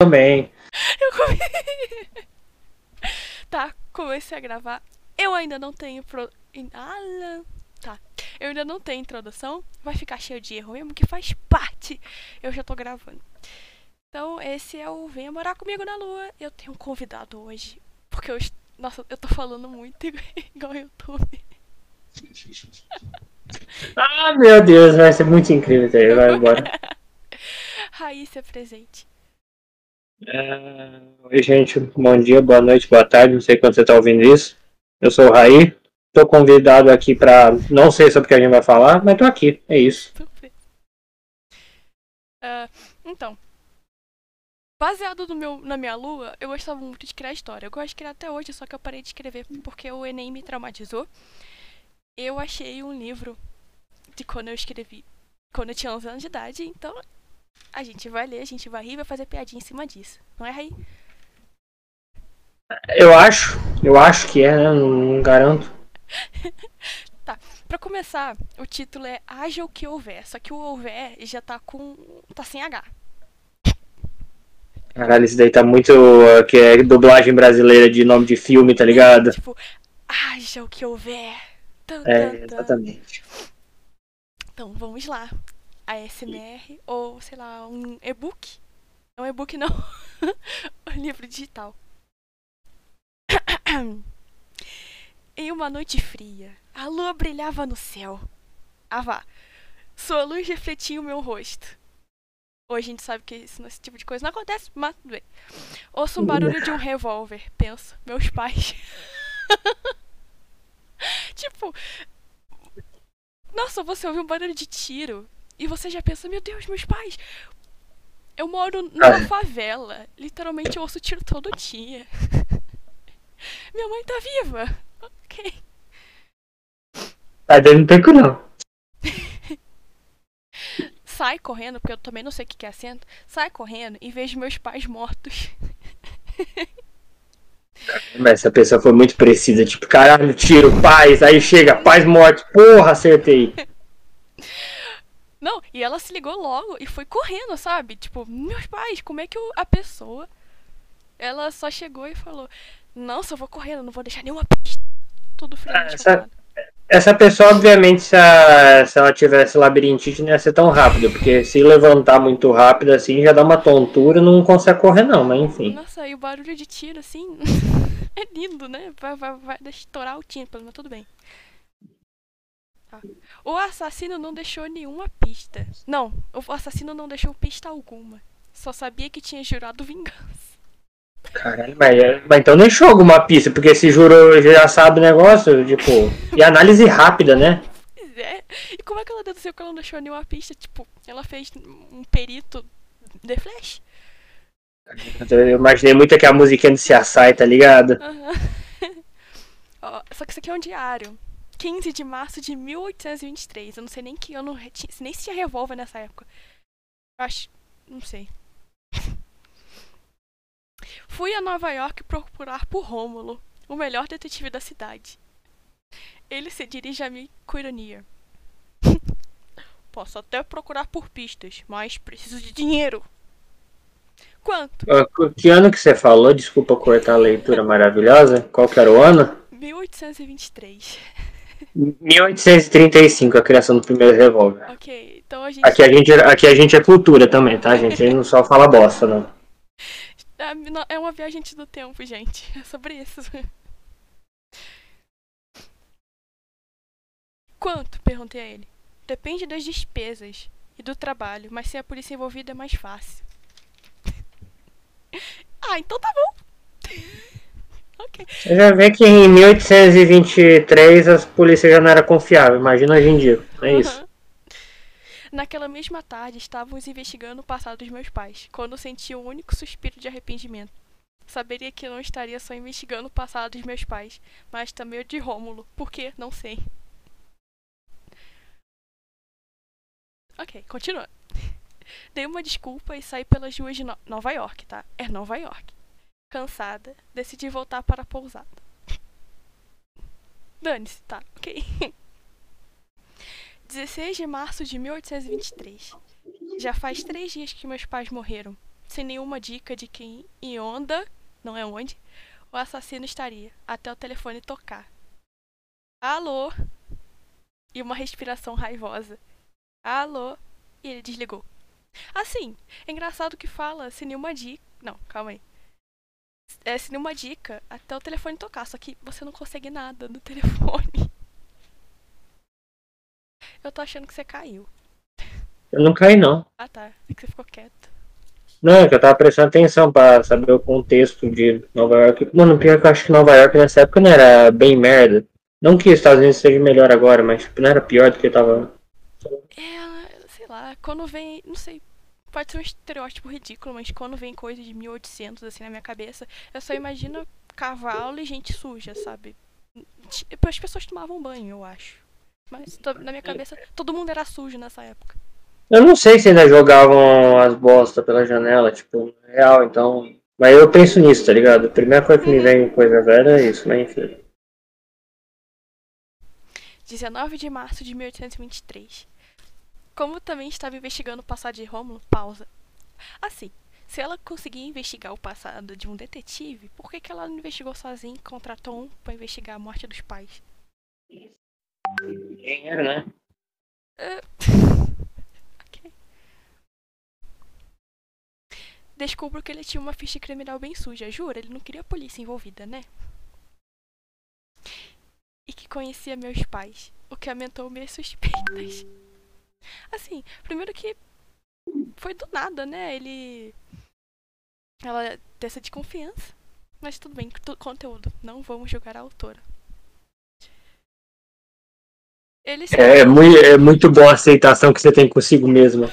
também. Eu come... Tá, comecei a gravar. Eu ainda não tenho tá. Eu ainda não tenho introdução. Vai ficar cheio de erro mesmo, que faz parte. Eu já tô gravando. Então, esse é o Venha Morar Comigo na Lua. Eu tenho um convidado hoje. Porque eu... Nossa, eu tô falando muito igual YouTube. Ah, meu Deus, vai ser muito incrível isso aí, vai embora. Raíssa presente. Oi, gente, bom dia, boa noite, boa tarde, não sei quando você está ouvindo isso. Eu sou o Raí, estou convidado aqui para. Não sei sobre o que a gente vai falar, mas estou aqui, é isso. Então, baseado na minha lua, eu gostava muito de criar história. Eu gosto de criar até hoje, só que eu parei de escrever porque o Enem me traumatizou. Eu achei um livro de quando eu escrevi, quando eu tinha 11 anos de idade, então a gente vai ler, a gente vai rir e vai fazer piadinha em cima disso. Não é, Raí? Eu acho que é, né? Não garanto. Tá, pra começar, o título é Haja o que houver, só que o houver já tá tá sem H. Caralho, isso daí tá muito. Que é dublagem brasileira de nome de filme, tá É, ligado? tipo, haja o que houver. Tan, tan, É, tan. exatamente. Então, vamos lá. ASMR ou, sei lá, um e-book. Não, e-book não. Um livro digital. Em uma noite fria, a lua brilhava no céu. Ah vá, sua luz refletia o meu rosto. Hoje a gente sabe que esse tipo de coisa não acontece, mas tudo bem. Ouço um barulho de um revólver. Penso, meus pais. Tipo, nossa, você ouviu um barulho de tiro. E você já pensa, meu Deus, meus pais. Eu moro numa Ah, favela. Literalmente eu ouço tiro todo dia. Minha mãe tá viva. Ok. tá dando tempo não. Sai correndo, porque eu também não sei o que é acento. Sai correndo e vejo meus pais mortos. Mas essa pessoa foi muito precisa, tipo, caralho, tiro, paz, aí chega, paz morte, porra, acertei. Não, e ela se ligou logo e foi correndo, sabe? Tipo, meus pais, como é que a pessoa. Ela só chegou e falou: Não, só vou correndo, não vou deixar nenhuma pista. Tudo friamente Essa, calculado. essa pessoa, obviamente, se ela tivesse labirintite, não ia ser tão rápido, porque se levantar muito rápido assim, já dá uma tontura, não consegue correr, não, mas enfim. Nossa, e o barulho de tiro assim. É lindo, né? Vai estourar o tímpano, mas tudo bem. Tá. O assassino não deixou nenhuma pista. Não, o assassino não deixou pista alguma. Só sabia que tinha jurado vingança. Caralho, mas então deixou alguma pista, porque se jurou, já sabe o negócio, tipo, e análise rápida, né? Pois é. E como é que ela deduziu que ela não deixou nenhuma pista? Tipo, ela fez um perito de flash? Eu imaginei muito aquela musiquinha do CSI, tá ligado? Aham. Ó, só que isso aqui é um diário. 15 de março de 1823. Eu não sei nem que ano. Nem se tinha revólver nessa época. Eu acho. Não sei. Fui a Nova York procurar por Rômulo, o melhor detetive da cidade. Ele se dirige a mim com ironia. Posso até procurar por pistas, mas preciso de dinheiro. Quanto? Ah, que ano que você falou? Desculpa cortar a leitura maravilhosa. Qual que era o ano? 1823. 1835, a criação do primeiro revólver. Ok, então a gente Aqui a tá. gente, aqui a gente é cultura também, tá, gente? A gente não só fala bosta, não. É uma viagem do tempo, gente. É sobre isso. Quanto? Perguntei a ele. Depende das despesas e do trabalho, mas sem a polícia envolvida é mais fácil. Ah, então tá bom. Ok. Você já vê que em 1823 as polícias já não era confiável. Imagina hoje em dia. É isso. Uhum. Naquela mesma tarde, estávamos investigando o passado dos meus pais, quando senti um único suspiro de arrependimento. Saberia que não estaria só investigando o passado dos meus pais, mas também o de Rômulo. Por quê? Não sei. Ok, continua. Dei uma desculpa e saí pelas ruas de Nova York, tá? É Nova York. Cansada, decidi voltar para a pousada. Dane-se, tá? Ok. 16 de março de 1823. Já faz 3 dias que meus pais morreram. sem nenhuma dica de quem e onda, não é onde, o assassino estaria, até o telefone tocar. Alô? E uma respiração raivosa. Alô? E ele desligou. Assim, é engraçado que fala sem nenhuma dica. Não, calma aí. Sem nenhuma dica até o telefone tocar, só que você não consegue nada no telefone. Eu tô achando que você caiu. Eu não caí, não. Ah tá, é que você ficou quieto. Não, é que eu tava prestando atenção pra saber o contexto de Nova York. Mano, pior que eu acho que Nova York nessa época não era bem merda. Não que os Estados Unidos seja melhor agora, mas tipo, não era pior do que tava. Sei lá, quando vem, não sei, pode ser um estereótipo ridículo, mas quando vem coisa de 1800 assim na minha cabeça, eu só imagino cavalo e gente suja, sabe? As pessoas tomavam banho, eu acho. Mas na minha cabeça, todo mundo era sujo nessa época. Eu não sei se ainda jogavam as bostas pela janela, tipo, real, então. Mas eu penso nisso, tá ligado? A primeira coisa que me vem coisa velha é isso, mas enfim. 19 de março de 1823. Como também estava investigando o passado de Rômulo, pausa. Assim, se ela conseguia investigar o passado de um detetive, por que ela não investigou sozinha e contratou um pra investigar a morte dos pais? Dinheiro, né? Ok. Descubro que ele tinha uma ficha criminal bem suja. Jura? Ele não queria a polícia envolvida, né? E que conhecia meus pais, o que aumentou minhas suspeitas. Assim, primeiro que foi do nada, né? Ela tem essa desconfiança. Mas tudo bem, conteúdo. Não vamos julgar a autora. Ele se É muito boa a aceitação que você tem consigo mesma.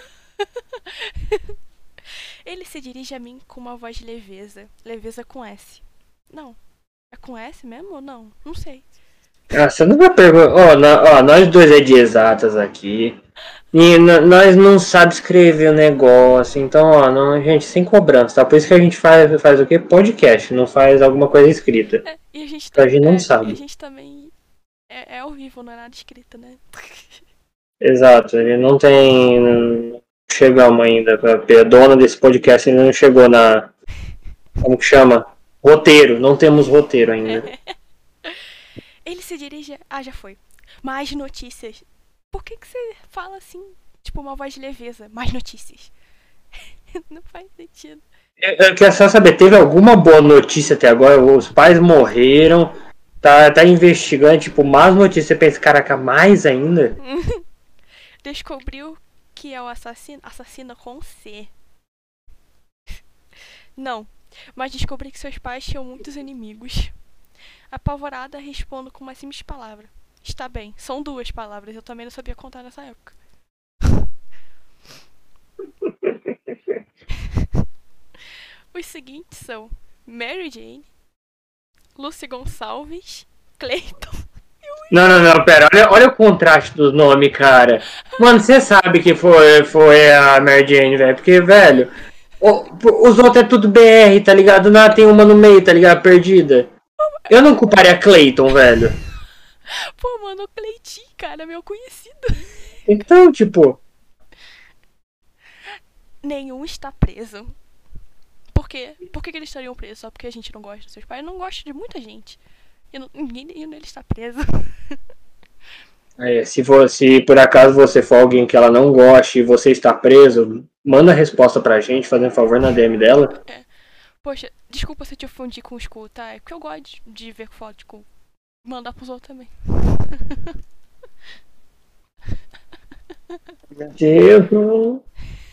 Ele se dirige a mim com uma voz de leveza. Leveza com S. Não. É com S mesmo ou não? Não sei. Ah, você não vai perguntar. Ó, nós dois é de exatas aqui. E nós não sabe escrever o negócio. Então, ó, não, gente, sem cobrança, tá? Por isso que a gente faz o quê? Podcast, não faz alguma coisa escrita. E a gente, A gente não e a sabe. gente também é ao vivo, não é nada escrito, né? Exato, ele não tem. Não chegamos ainda. A dona desse podcast ainda não chegou na. Como que chama? Roteiro. Não temos roteiro ainda. Ele se dirige. Ah, já foi. Mais notícias. Por que você fala assim? Tipo, uma voz de leveza. Mais notícias. Não faz sentido. Eu quero só saber, teve alguma boa notícia até agora? Os pais morreram, tá investigando, tipo, más notícias. Você pensa, caraca, mais ainda? Descobriu que é o assassino com C. Não, mas descobri que seus pais tinham muitos inimigos. Apavorada, respondo com uma simples palavra. Está bem, são 2 palavras, eu também não sabia contar nessa época. Os seguintes são Mary Jane, Lucy Gonçalves, Clayton. Não, pera, olha o contraste do nome, cara. Mano, você sabe que foi a Mary Jane, velho, porque, velho, os outros é tudo BR, tá ligado? Nada, tem uma no meio, tá ligado? Perdida. Eu não culparia Clayton, velho. Pô, mano, o Cleitinho, cara, meu conhecido. Então, tipo. Nenhum está preso. Por quê? Por que eles estariam presos? Só porque a gente não gosta dos seus pais? Eu não gosto de muita gente. E ninguém nele está preso. Se por acaso você for alguém que ela não goste e você está preso, manda a resposta pra gente, fazendo favor na DM dela. Poxa, desculpa se eu te ofendi com o Skull, tá? É porque eu gosto de ver foto de Skull. Mandar pros outros também. Meu Deus, não.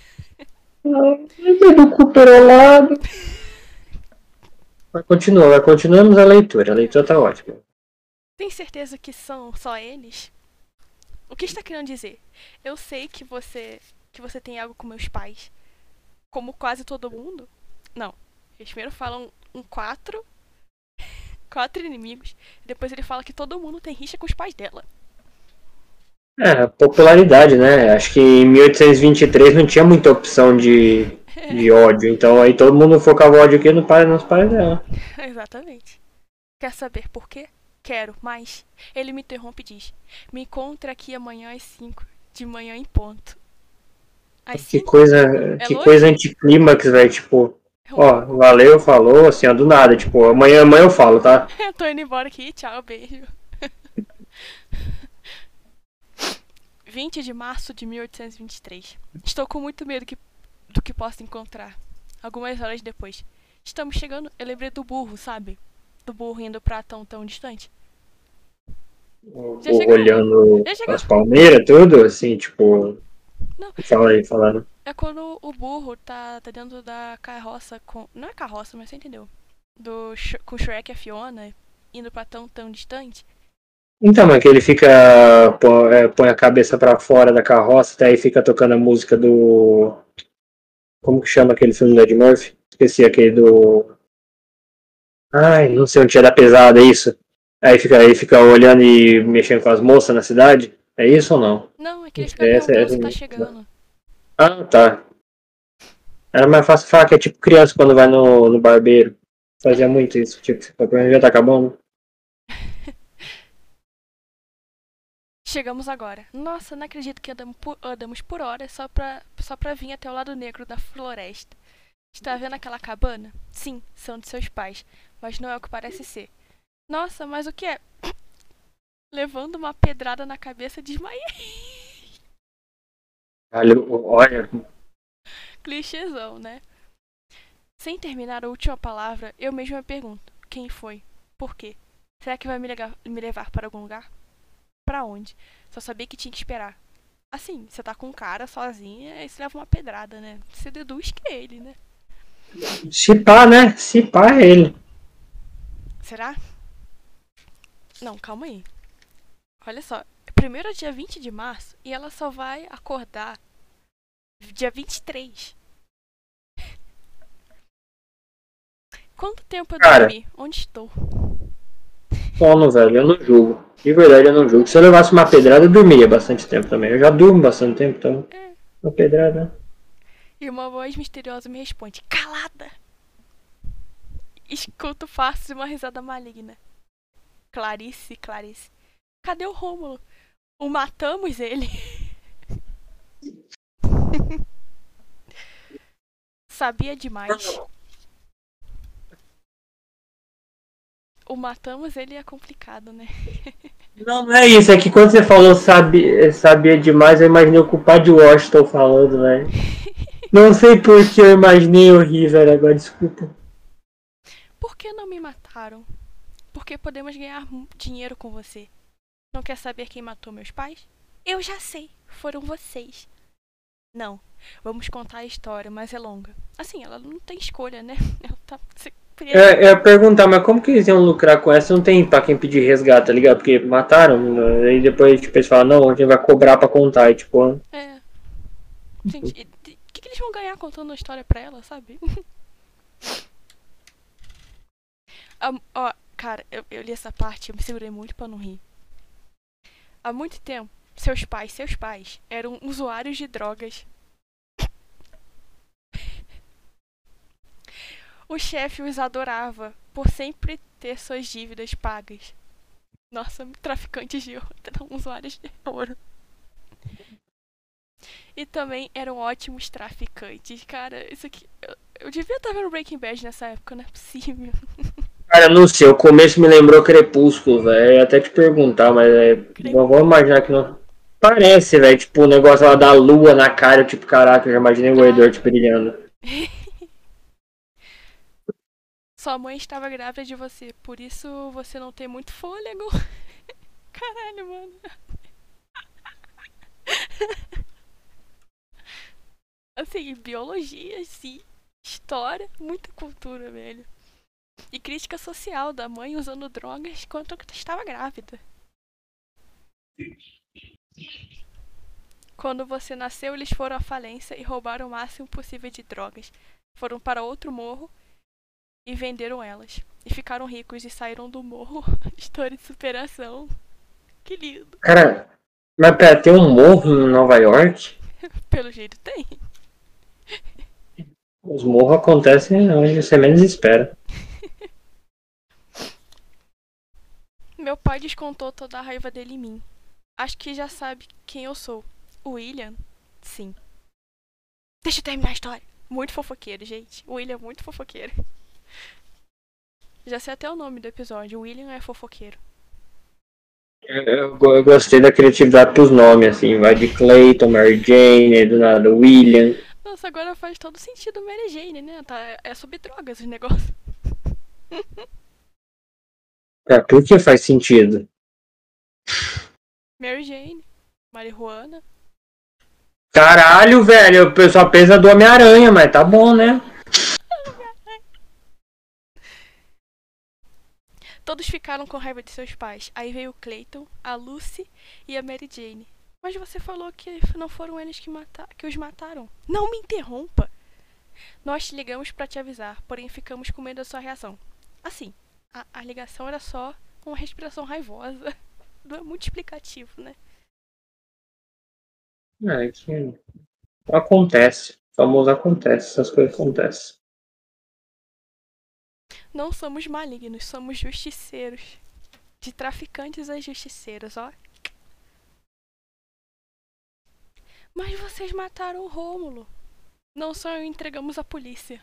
Do cu perolado. Continuamos a leitura. A leitura tá ótima. Tem certeza que são só eles? O que está querendo dizer? Eu sei que você tem algo com meus pais. Como quase todo mundo? Não. Eles primeiro falam 4 inimigos. Depois ele fala que todo mundo tem rixa com os pais dela. Popularidade, né? Acho que em 1823 não tinha muita opção de ódio. Então aí todo mundo focava o ódio aqui nos pais dela. Exatamente. Quer saber por quê? Quero, mas ele me interrompe e diz: me encontre aqui amanhã às 5 de manhã em ponto. Às Que 5? coisa, É que coisa longe? anticlímax, velho. Tipo, É um ó, pouco. valeu, falou, assim, ó, do nada. Tipo, amanhã eu falo, tá? Eu tô indo embora aqui, tchau, beijo. 20 de março de 1823. Estou com muito medo do que posso encontrar. Algumas horas depois. Estamos chegando. Eu lembrei do burro, sabe? Do burro indo pra tão distante. Já chegamos. Olhando Já as chegamos. palmeiras, tudo, assim, tipo, Não, fala aí, falando. é quando o burro tá dentro da carroça com. Não é carroça, mas você entendeu. Com o Shrek e a Fiona indo pra tão distante. Então, é que ele fica, põe a cabeça pra fora da carroça, até aí fica tocando a música do, como que chama aquele filme do Ed Murphy? Esqueci aquele do, ai, não sei onde é da pesada, é isso? Aí fica olhando e mexendo com as moças na cidade? É isso ou não? Não, é que Não ele fica sei, perguntando essa se tá mesmo. chegando. Ah, tá. Era mais fácil falar que é tipo criança quando vai no barbeiro. Fazia muito isso, tipo, já tá acabando. Chegamos agora. Nossa, não acredito que andamos por horas só pra vir até o lado negro da floresta. Está vendo aquela cabana? Sim, são de seus pais, mas não é o que parece ser. Nossa, mas o que é? Levando uma pedrada na cabeça, desmaiei. Olha, Clichêzão, né? Sem terminar a última palavra, eu mesma pergunto: quem foi? Por quê? Será que vai me levar para algum lugar? Pra onde? Só sabia que tinha que esperar. Assim, você tá com um cara sozinha e você leva uma pedrada, né? Você deduz que é ele, né? se pá, né? Se pá é ele. Será? Não, calma aí. Olha só. Primeiro é dia 20 de março e ela só vai acordar dia 23. Quanto tempo eu Cara, dormi? Onde estou? sono, velho, eu não julgo. De verdade, eu não julgo. Se eu levasse uma pedrada, eu dormiria bastante tempo também. Eu já durmo bastante tempo, então. É. Uma pedrada. E uma voz misteriosa me responde: calada! Escuto fácil uma risada maligna. Clarice, Clarice. Cadê o Rômulo? O matamos ele. Sabia demais. O matamos ele é complicado, né? Não, não é isso. É que quando você falou sabia demais, eu imaginei o culpado de Washington falando, velho. Não sei por que eu imaginei horrível, velho. Agora, desculpa. Por que não me mataram? Porque podemos ganhar dinheiro com você. Não quer saber quem matou meus pais? Eu já sei, foram vocês. Não, vamos contar a história, mas é longa. Assim, ela não tem escolha, né? Ela tá presa. Eu ia perguntar, mas como que eles iam lucrar com essa? Não tem pra quem pedir resgate, tá ligado? Porque mataram, né? Aí depois tipo, eles falam, não, a gente vai cobrar pra contar. E, tipo, É, gente, o que eles vão ganhar contando a história pra ela, sabe? Ó, cara, eu li essa parte, eu me segurei muito pra não rir. Há muito tempo, seus pais, eram usuários de drogas. O chefe os adorava por sempre ter suas dívidas pagas. Nossa, traficantes de ouro, usuários de ouro. E também eram ótimos traficantes. Cara, isso aqui. Eu devia estar vendo Breaking Bad nessa época, não é possível. cara, não sei, o começo me lembrou Crepúsculo, velho. Eu ia até te perguntar, mas vamos imaginar que não. Parece, velho, tipo o negócio lá da lua na cara, tipo, caraca, eu já imaginei o Ah. Edward brilhando. Sua mãe estava grávida de você, por isso você não tem muito fôlego. Caralho, mano. Assim, biologia, sim. História, muita cultura, velho. E crítica social da mãe usando drogas enquanto estava grávida. Quando você nasceu, eles foram à falência e roubaram o máximo possível de drogas. Foram para outro morro e venderam elas. E ficaram ricos e saíram do morro. História de superação. Que lindo. Cara, mas pera, tem um morro em Nova York? Pelo jeito tem. Os morros acontecem onde você menos espera. Meu pai descontou toda a raiva dele em mim. Acho que já sabe quem eu sou. O William? Sim. Deixa eu terminar a história. Muito fofoqueiro, gente. O William é muito fofoqueiro. Já sei até o nome do episódio. O William é fofoqueiro. Eu gostei da criatividade pros nomes, assim. Vai de Clayton, Mary Jane, do nada, William. Nossa, agora faz todo sentido Mary Jane, né? É sobre drogas o negócio. É, por que faz sentido? Mary Jane, marihuana. Caralho, velho, o pessoal pensa do Homem-Aranha, mas tá bom, né? Todos ficaram com raiva de seus pais. Aí veio o Clayton, a Lucy e a Mary Jane. Mas você falou que não foram eles que os mataram. Não me interrompa! Nós te ligamos para te avisar, porém ficamos com medo da sua reação. Assim, a ligação era só uma respiração raivosa. Não é muito explicativo, né? É, isso acontece. O famoso acontece, essas coisas acontecem. Não somos malignos, somos justiceiros. De traficantes a justiceiros, ó. Mas vocês mataram o Rômulo. Não só entregamos à polícia.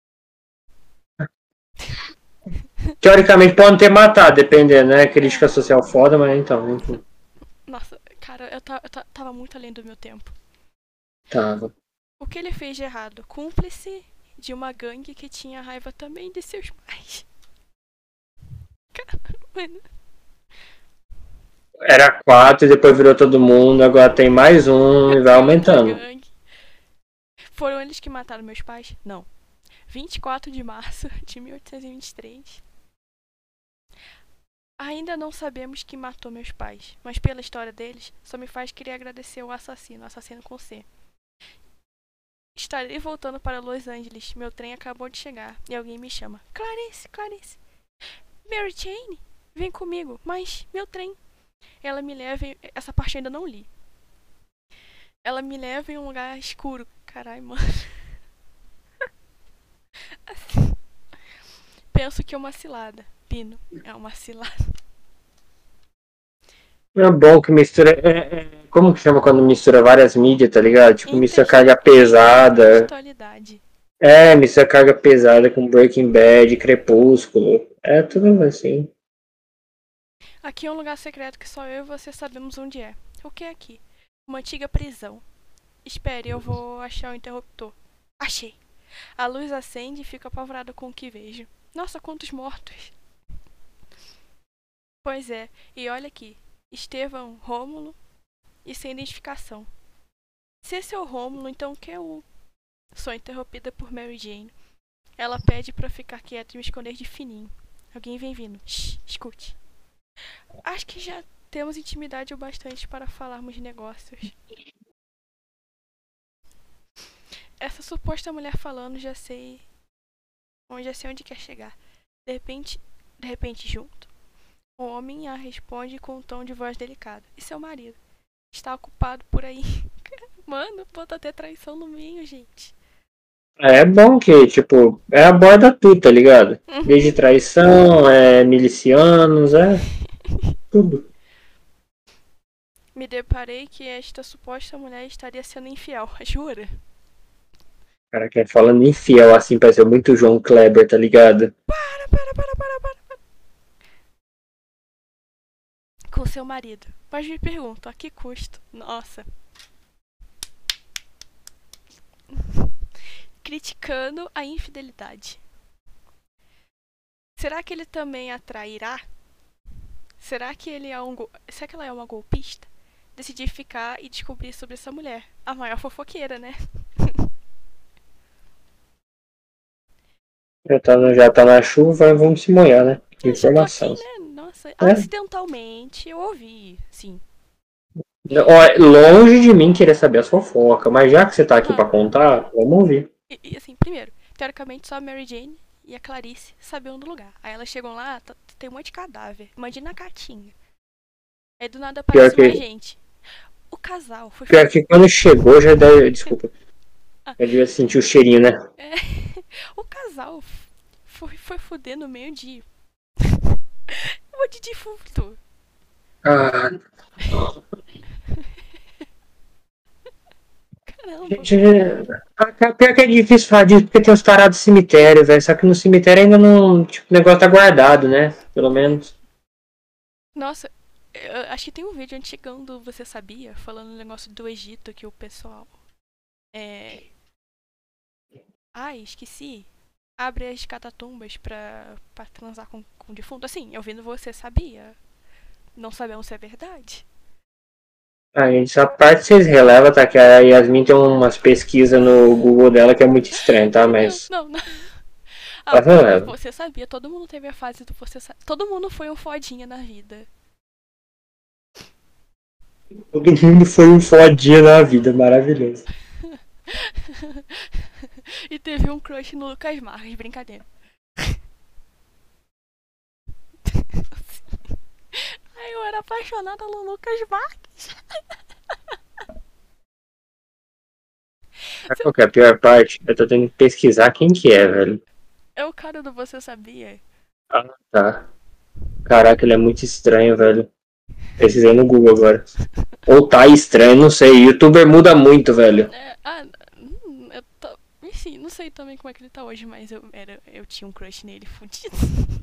Teoricamente podem ter matado, dependendo, né? Crítica social foda, mas então, enfim. Nossa, cara, eu tava muito além do meu tempo. Tava. O que ele fez de errado? Cúmplice de uma gangue que tinha raiva também de seus pais. Cara, mano. Era 4 e depois virou todo mundo, agora tem mais um e vai aumentando. Foram eles que mataram meus pais? Não. 24 de março de 1823. Ainda não sabemos quem matou meus pais, mas pela história deles, só me faz querer agradecer o assassino com C. Estarei voltando para Los Angeles. Meu trem acabou de chegar e alguém me chama. Clarice, Clarice. Mary Jane, vem comigo. Mas, meu trem. Ela me leva em... Essa parte eu ainda não li. Ela me leva em um lugar escuro. Caralho, mano. Assim. Penso que é uma cilada. Pino, é uma cilada. É bom que mistura. Como que chama quando mistura várias mídias, tá ligado? Tipo, mistura carga pesada. Mistura carga pesada com Breaking Bad, Crepúsculo. É tudo assim. Aqui é um lugar secreto que só eu e você sabemos onde é. O que é aqui? Uma antiga prisão. Espere, eu vou achar o interruptor. Achei. A luz acende e fico apavorada com o que vejo. Nossa, quantos mortos! Pois é, e olha aqui. Estevão, Rômulo e sem identificação. Se esse é o Rômulo, então o que é o... Sou interrompida por Mary Jane. Ela pede pra ficar quieta e me esconder de fininho. Alguém vem vindo. Shhh, escute. Acho que já temos intimidade o bastante para falarmos de negócios. Essa suposta mulher falando, já sei onde quer chegar. De repente junto, o homem a responde com um tom de voz delicado. E seu marido? Está ocupado por aí. Mano, bota até traição no meio, gente. É bom que, tipo, aborda tudo, tá ligado? Desde traição, milicianos, tudo. Me deparei que esta suposta mulher estaria sendo infiel, jura? Cara, que falando infiel assim, parece muito João Kleber, tá ligado? Para. Com seu marido. Mas me pergunto, a que custo? Nossa. Criticando a infidelidade. Será que ele também a trairá? Será que ela é uma golpista? Decidi ficar e descobrir sobre essa mulher. A maior fofoqueira, né? Já tá na chuva, vamos se molhar, né? Que informação. Aqui, né? Nossa, acidentalmente eu ouvi, sim. Longe de mim querer saber as fofocas, mas já que você tá aqui pra contar, vamos ouvir. E assim, primeiro, teoricamente só a Mary Jane e a Clarice sabiam do lugar. Aí elas chegam lá, tem um monte de cadáver. Imagina a Caatinga. Aí do nada aparece mais gente. O casal foi... Pior que quando chegou já deu... Desculpa. Eu devia sentir o cheirinho, né? O casal foi foder no meio de... um monte de defunto. Caramba. Gente, pior que é difícil falar disso, porque tem os parados do cemitério, velho. Só que no cemitério ainda não. Tipo, o negócio tá guardado, né? Pelo menos. Nossa, eu acho que tem um vídeo antigão do Você Sabia? Falando um negócio do Egito que o pessoal. É. Ai, esqueci. Abre as catatumbas pra transar com o defunto. Assim, eu vendo Você Sabia. Não sabemos se é verdade. Ah, gente, essa parte vocês relevam, tá? Que a Yasmin tem umas pesquisas no Google dela que é muito estranho, tá? Não, Mas. não, não. Ela releva. Você sabia, todo mundo teve a fase do Você Sabia. Todo mundo foi um fodinha na vida. Todo mundo foi um fodinha na vida, maravilhoso. E teve um crush no Lucas Marques, brincadeira. Ai, eu era apaixonada no Lucas Marques. Sabe qual que é a pior parte? Eu tô tendo que pesquisar quem que é, velho. É o cara do Você Sabia? Ah, tá. Caraca, ele é muito estranho, velho. Pesquisei no Google agora. Ou tá estranho, não sei. Youtuber muda muito, velho. Enfim, não sei também como é que ele tá hoje, mas eu tinha um crush nele fudido.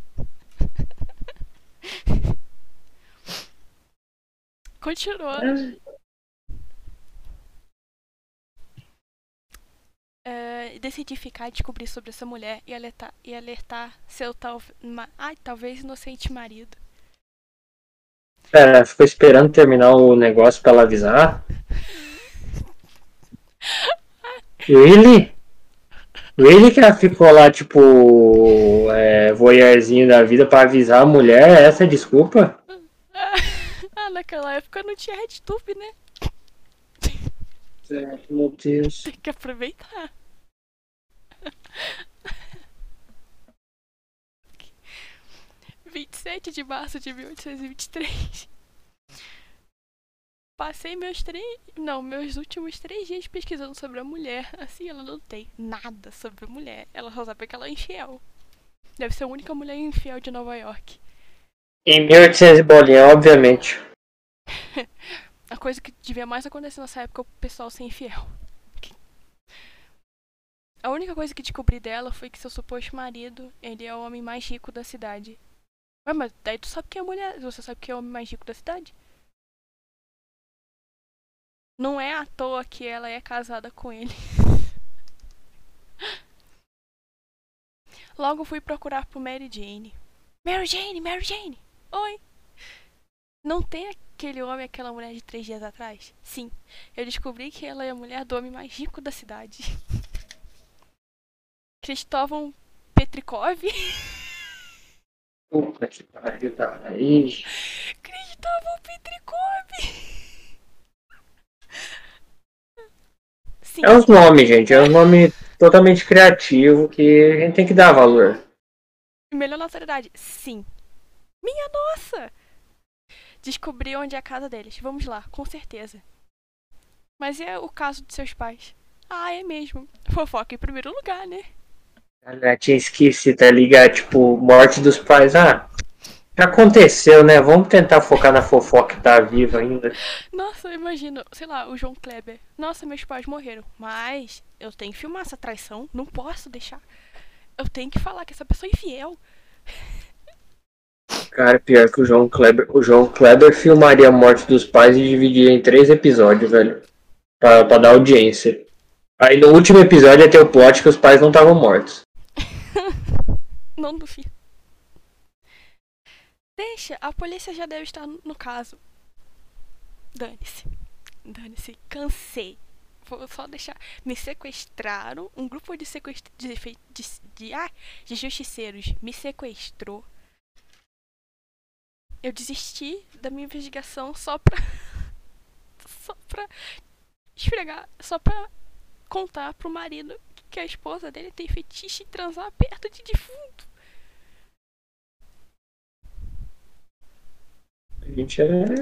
Continuando. Decidi ficar e descobrir sobre essa mulher e alertar seu talvez inocente marido. Pera, ficou esperando terminar o negócio pra ela avisar? Really? Really que ela ficou lá, tipo, voyeurzinho da vida pra avisar a mulher? Essa é a desculpa? Naquela época não tinha RedTube, né? Meu Deus. Tem que aproveitar. 27 de março de 1823. Passei meus últimos 3 dias pesquisando sobre a mulher. Assim, ela não tem nada sobre a mulher. Ela só sabe que ela é infiel. Deve ser a única mulher infiel de Nova York. Em 1800 bolinha, obviamente. A coisa que devia mais acontecer nessa época é o pessoal ser infiel. A única coisa que descobri dela foi que seu suposto marido, ele é o homem mais rico da cidade. Ué, mas daí tu sabe quem é a mulher? Você sabe quem é o homem mais rico da cidade? Não é à toa que ela é casada com ele. Logo fui procurar por Mary Jane. Mary Jane, Mary Jane! Oi! Não tem aquele homem e aquela mulher de 3 dias atrás? Sim, eu descobri que ela é a mulher do homem mais rico da cidade. Cristóvão Petrikov. Puta que pariu, tá aí. Cristóvão Petrikov! Sim. É os nomes, gente. É um nome totalmente criativo que a gente tem que dar valor. Melhor notoriedade? Sim. Minha nossa! Descobri onde é a casa deles. Vamos lá, com certeza. Mas é o caso de seus pais. Ah, é mesmo. Fofoca em primeiro lugar, né? Eu tinha esquecido, tá ligado? Tipo, morte dos pais. Ah, já aconteceu, né? Vamos tentar focar na fofoca que tá viva ainda. Nossa, imagina, sei lá, o João Kleber. Nossa, meus pais morreram. Mas eu tenho que filmar essa traição. Não posso deixar. Eu tenho que falar que essa pessoa é infiel. Cara, pior que o João Kleber. O João Kleber filmaria a morte dos pais e dividiria em 3 episódios, velho. Pra dar audiência. Aí no último episódio ia ter o plot que os pais não estavam mortos. Não duvido. Deixa, a polícia já deve estar no caso. Dane-se. Dane-se. Cansei. Vou só deixar. Me sequestraram. Um grupo de de justiceiros me sequestrou. Eu desisti da minha investigação só pra esfregar. Só pra contar pro marido que a esposa dele tem fetiche em transar perto de defunto. A gente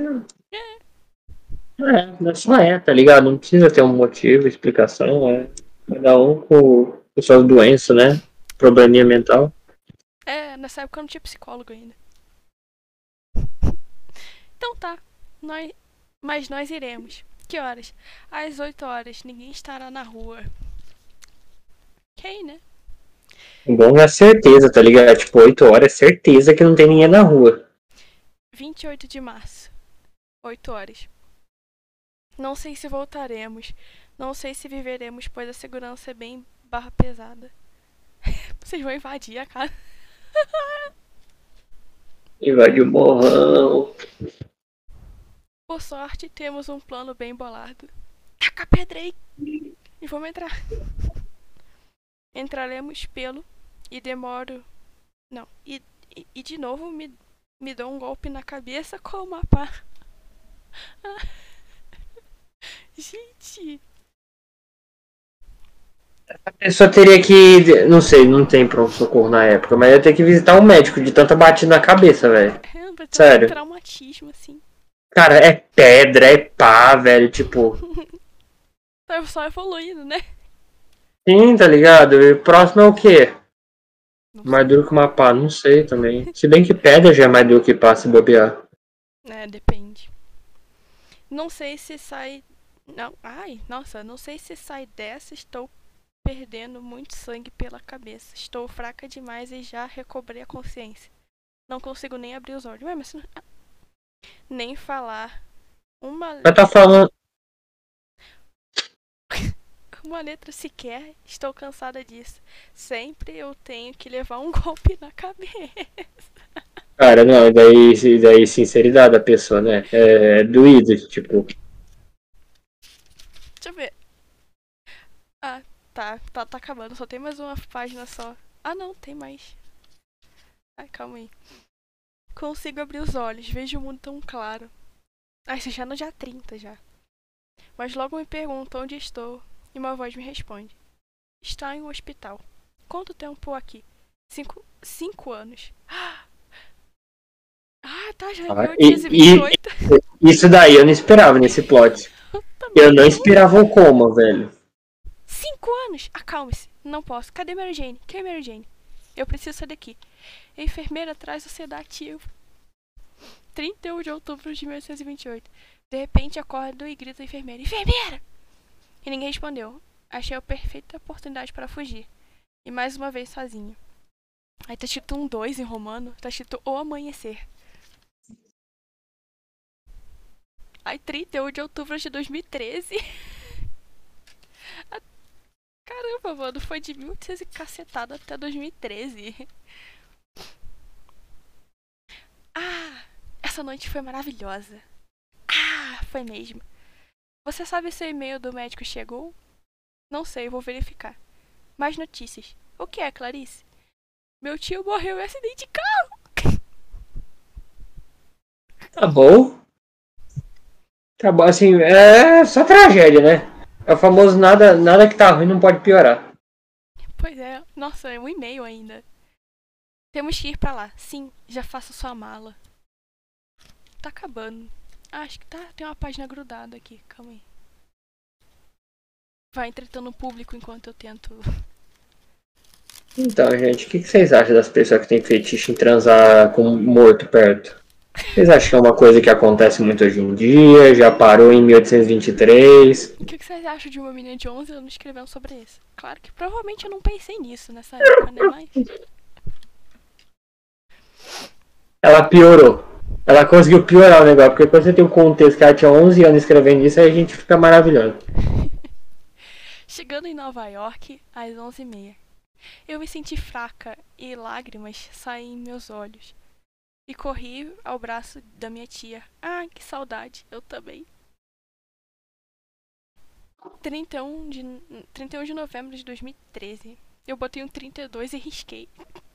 só tá ligado? Não precisa ter um motivo, explicação. Cada um com suas doenças, né? Probleminha mental. Nessa época eu não tinha psicólogo ainda. Então tá. Mas nós iremos. Que horas? Às 8 horas. Ninguém estará na rua. Ok, né? O bom é a certeza, tá ligado? Tipo, 8 horas é certeza que não tem ninguém na rua. 28 de março. 8 horas. Não sei se voltaremos. Não sei se viveremos, pois a segurança é bem barra pesada. Vocês vão invadir a casa. Invadiu o morrão. Por sorte, temos um plano bem bolado. Taca pedra aí! E vamos entrar. Entraremos pelo e demoro. Não. E de novo me dou um golpe na cabeça com uma pá. Gente. A pessoa teria que. Não sei, não tem pronto-socorro na época, mas ia ter que visitar um médico de tanta batida na cabeça, velho. Vai ter um Sério. traumatismo, assim. Cara, é pedra, é pá, velho. Tipo. Tá só evoluindo, né? Sim, tá ligado? E o próximo é o quê? Não Mais sei. duro que uma pá, não sei também. Se bem que pedra já é mais duro que pá, se bobear. É, depende. Não sei se sai. Não. Ai, nossa, não sei se sai dessa. Estou perdendo muito sangue pela cabeça. Estou fraca demais e já recobrei a consciência. Não consigo nem abrir os olhos. Ué, mas nem falar Mas tá falando. uma letra sequer. Estou cansada disso. Sempre eu tenho que levar um golpe na cabeça. Cara, não, daí sinceridade da pessoa, né? É doído, tipo. Deixa eu ver. Ah, tá acabando. Só tem mais uma página só. Ah, não, tem mais. Ai, calma aí. Consigo abrir os olhos. Vejo o mundo tão claro. Ai, você já no dia 30 já. Mas logo me pergunto onde estou. E uma voz me responde. Está em um hospital. Quanto tempo aqui? 5 anos. Ah, tá, já é Ah, 1828. isso daí eu não esperava nesse plot. Eu não esperava o coma, velho. 5 anos? Acalme-se. Não posso. Cadê Mary Jane? Quem é Mary Jane? Eu preciso sair daqui. A enfermeira traz o sedativo. 31 de outubro de 1828. De repente acordo e grito à enfermeira. Enfermeira! E ninguém respondeu. Achei a perfeita oportunidade para fugir. E mais uma vez sozinho. Aí tá escrito um 2 em romano. Tá escrito o amanhecer. Aí 31 de outubro de 2013. Caramba, mano. Foi de 1800 e cacetado até 2013. Ah, essa noite foi maravilhosa. Ah, foi mesmo. Você sabe se o e-mail do médico chegou? Não sei, vou verificar. Mais notícias. O que é, Clarice? Meu tio morreu em acidente de carro. Tá bom. Tá bom, assim, é só tragédia, né? É o famoso nada que tá ruim não pode piorar. Pois é, nossa, é um e-mail ainda. Temos que ir pra lá. Sim, já faço sua mala. Tá acabando. Ah, acho que tá. Tem uma página grudada aqui. Calma aí. Vai entretendo o público enquanto eu tento. Então, gente, o que vocês acham das pessoas que têm fetiche em transar com um morto perto? Vocês acham que é uma coisa que acontece muito hoje em dia? Já parou em 1823? O que vocês acham de uma menina de 11 anos escrevendo sobre isso? Claro que provavelmente eu não pensei nisso nessa época, né? Mas. Ela piorou. Ela conseguiu piorar o negócio, porque quando você tem um contexto que ela tinha 11 anos escrevendo isso, aí a gente fica maravilhoso. Chegando em Nova York às 11h30. Eu me senti fraca e lágrimas saem em meus olhos. E corri ao braço da minha tia. Ah, que saudade, eu também. 31 de novembro de 2013. Eu botei um 32 e risquei.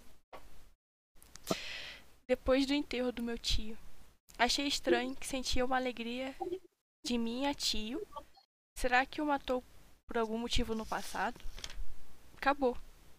Depois do enterro do meu tio. Achei estranho que sentia uma alegria de mim a tio. Será que o matou por algum motivo no passado? Acabou.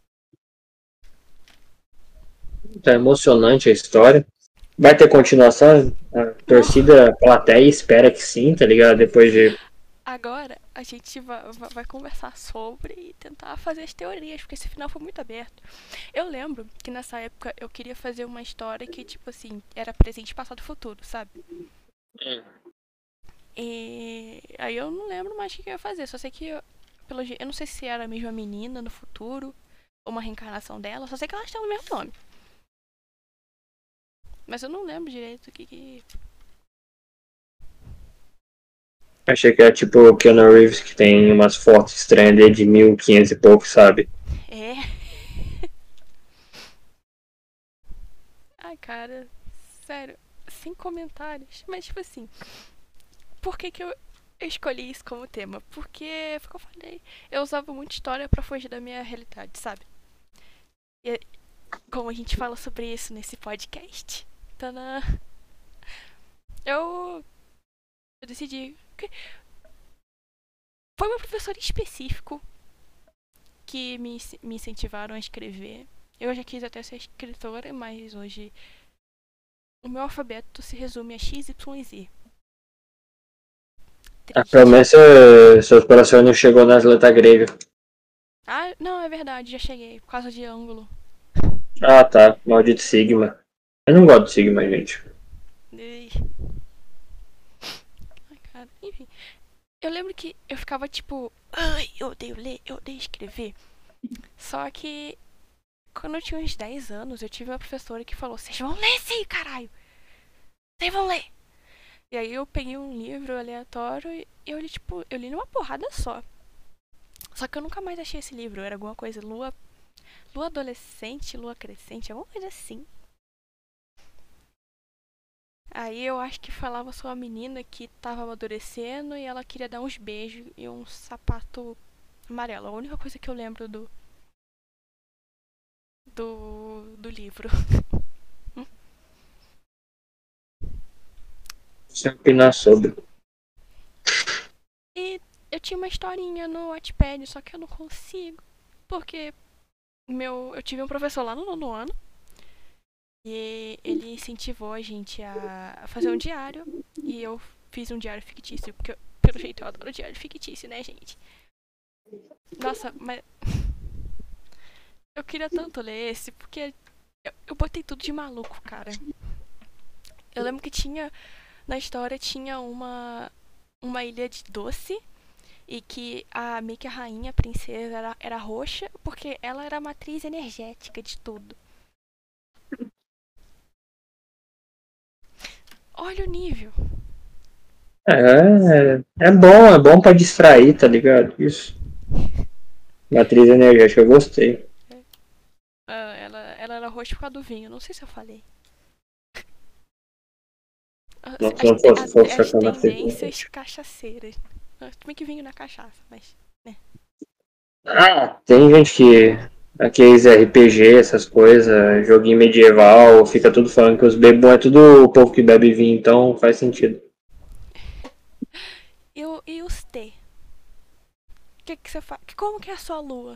Tá emocionante a história. Vai ter continuação? A torcida, a plateia espera que sim, tá ligado? Depois de. Agora a gente vai conversar sobre e tentar fazer as teorias, porque esse final foi muito aberto. Eu lembro que nessa época eu queria fazer uma história que, tipo assim, era presente, passado e futuro, sabe? E aí eu não lembro mais o que eu ia fazer. Só sei que eu não sei se era a mesma menina no futuro ou uma reencarnação dela. Só sei que elas têm o mesmo nome. Mas eu não lembro direito o que. Achei que era tipo o Keanu Reeves, que tem umas fotos estranhas dele de 1500 e pouco, sabe? É. Ai, cara. Sério. Sem comentários. Mas, tipo assim. Por que eu escolhi isso como tema? Porque, foi o que eu falei. Eu usava muita história pra fugir da minha realidade, sabe? E como a gente fala sobre isso nesse podcast. Tadã. Eu decidi. Foi meu professor específico que me incentivaram a escrever. Eu já quis até ser escritora, mas hoje o meu alfabeto se resume a X, Y, Z. Pelo menos seus corações não chegou nas letras gregas. Ah, não, é verdade, já cheguei, por causa de ângulo. Ah, tá. Maldito Sigma. Eu não gosto do Sigma, gente. Ai, cara, enfim. Eu lembro que eu ficava tipo, ai, eu odeio ler, eu odeio escrever. Só que quando eu tinha uns 10 anos, eu tive uma professora que falou: vocês vão ler sim, caralho! Vocês vão ler! E aí eu peguei um livro aleatório e eu li numa porrada só. Só que eu nunca mais achei esse livro. Era alguma coisa, lua adolescente, lua crescente, alguma coisa assim. Aí eu acho que falava sobre uma menina que tava amadurecendo e ela queria dar uns beijos e um sapato amarelo. A única coisa que eu lembro do livro. Você opinar sobre. E eu tinha uma historinha no Wattpad, só que eu não consigo. Porque eu tive um professor lá no 9º ano. E ele incentivou a gente a fazer um diário. E eu fiz um diário fictício. Porque, pelo jeito, eu adoro diário fictício, né, gente? Nossa, mas... eu queria tanto ler esse, porque eu botei tudo de maluco, cara. Eu lembro que na história tinha uma ilha de doce. E que meio que a rainha, a princesa, era roxa, porque ela era a matriz energética de tudo. Olha o nível. É bom pra distrair, tá ligado? Isso. Matriz energética, eu gostei. Ela era roxa por causa do vinho, não sei se eu falei. Não, se não fosse As sacando a tendências cachaceiras. Também que vinho na cachaça, mas... né. Tem gente que... Aqueles RPG, essas coisas, joguinho medieval, fica tudo falando que os bebês é tudo o povo que bebe vinho, então faz sentido. E os T? Que você faz? Como que é a sua lua?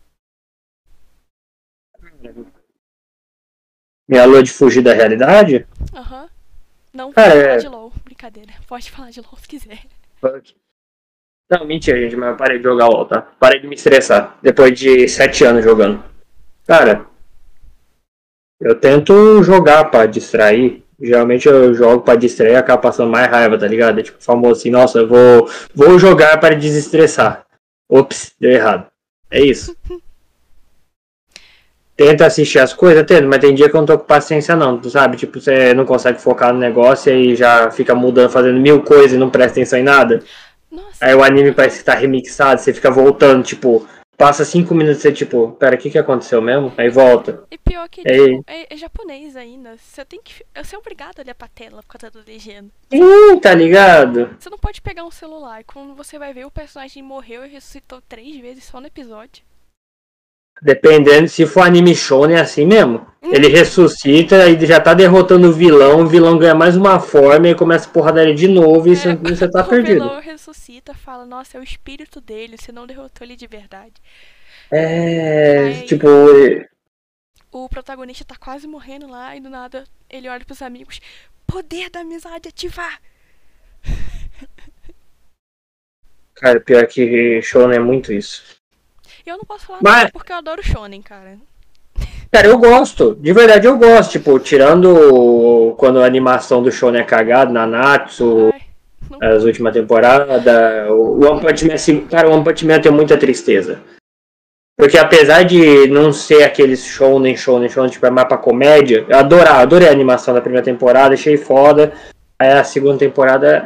Minha lua de fugir da realidade? Aham. Não Cara, pode falar de LOL, brincadeira. Pode falar de LOL se quiser. Não, mentira, gente, mas eu parei de jogar LOL, tá? Parei de me estressar, depois de 7 anos jogando. Cara, eu tento jogar pra distrair. Geralmente eu jogo pra distrair e acabo passando mais raiva, tá ligado? É tipo famoso assim, nossa, eu vou jogar para desestressar. Ops, deu errado. É isso. Tenta assistir as coisas, tento, mas tem dia que eu não tô com paciência não, tu sabe? Tipo, você não consegue focar no negócio e já fica mudando, fazendo 1000 coisas e não presta atenção em nada. Nossa. Aí o anime parece que tá remixado, você fica voltando, tipo, passa 5 minutos e você, tipo, pera, o que aconteceu mesmo? Aí volta. E pior que tipo, é japonês ainda. Você é obrigado a olhar pra tela por causa da legenda. Tá ligado? Você não pode pegar um celular e quando você vai ver o personagem morreu e ressuscitou 3 vezes só no episódio. Dependendo, se for anime shonen é assim mesmo. Ele ressuscita, aí já tá derrotando o vilão ganha mais uma forma e começa a porradaria de novo e você tá perdido. O vilão ressuscita, fala, nossa, é o espírito dele, você não derrotou ele de verdade. Aí, tipo... O protagonista tá quase morrendo lá e do nada ele olha pros amigos, poder da amizade ativar! Cara, pior que shonen é muito isso. E eu não posso falar nada porque eu adoro shonen, cara. Cara, eu gosto. De verdade, eu gosto. Tipo, tirando quando a animação do shonen é cagada, Nanatsu, Não as últimas temporadas. O One Punch Man, assim, cara, o One Punch Man tem muita tristeza. Porque apesar de não ser aqueles shonen, tipo, é mais pra comédia, eu adorei a animação da primeira temporada, achei foda. Aí a segunda temporada.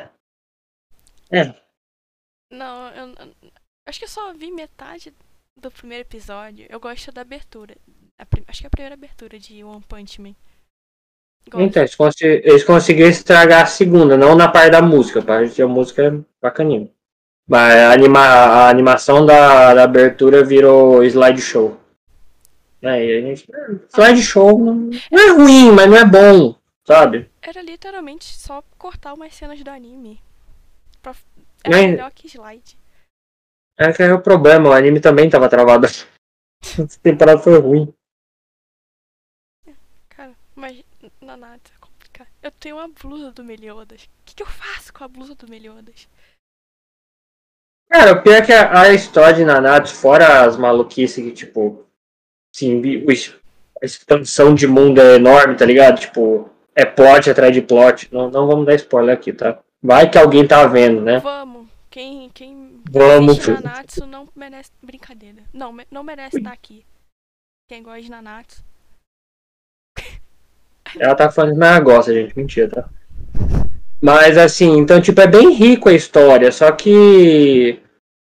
É. Não, acho que eu só vi metade do primeiro episódio. Eu gosto da abertura. Acho que é a primeira abertura de One Punch Man. Gosto. Então, eles conseguiram estragar a segunda, não na parte da música. A parte da música é bacaninha. Mas a animação da abertura virou slideshow. Aí a gente. Slideshow não é ruim, mas não é bom, sabe? Era literalmente só cortar umas cenas do anime. Era Mas melhor que slide. é que é o problema, o anime também tava travado. Essa temporada foi ruim. Cara, mas Nanatsu é complicado. Eu tenho uma blusa do Meliodas. O que eu faço com a blusa do Meliodas? Cara, o pior é que a história de Nanatsu, fora as maluquices que, tipo, sim, a expansão de mundo é enorme, tá ligado? Tipo, é plot atrás de plot. Não vamos dar spoiler aqui, tá? Vai que alguém tá vendo, né? Vamos. Quem Vamos. assiste Nanatsu não merece brincadeira. Não merece estar aqui. Quem gosta de Nanatsu. Ela tá falando, mas ela gosta, gente. Mentira, tá? Mas assim, então, tipo, é bem rico a história, só que.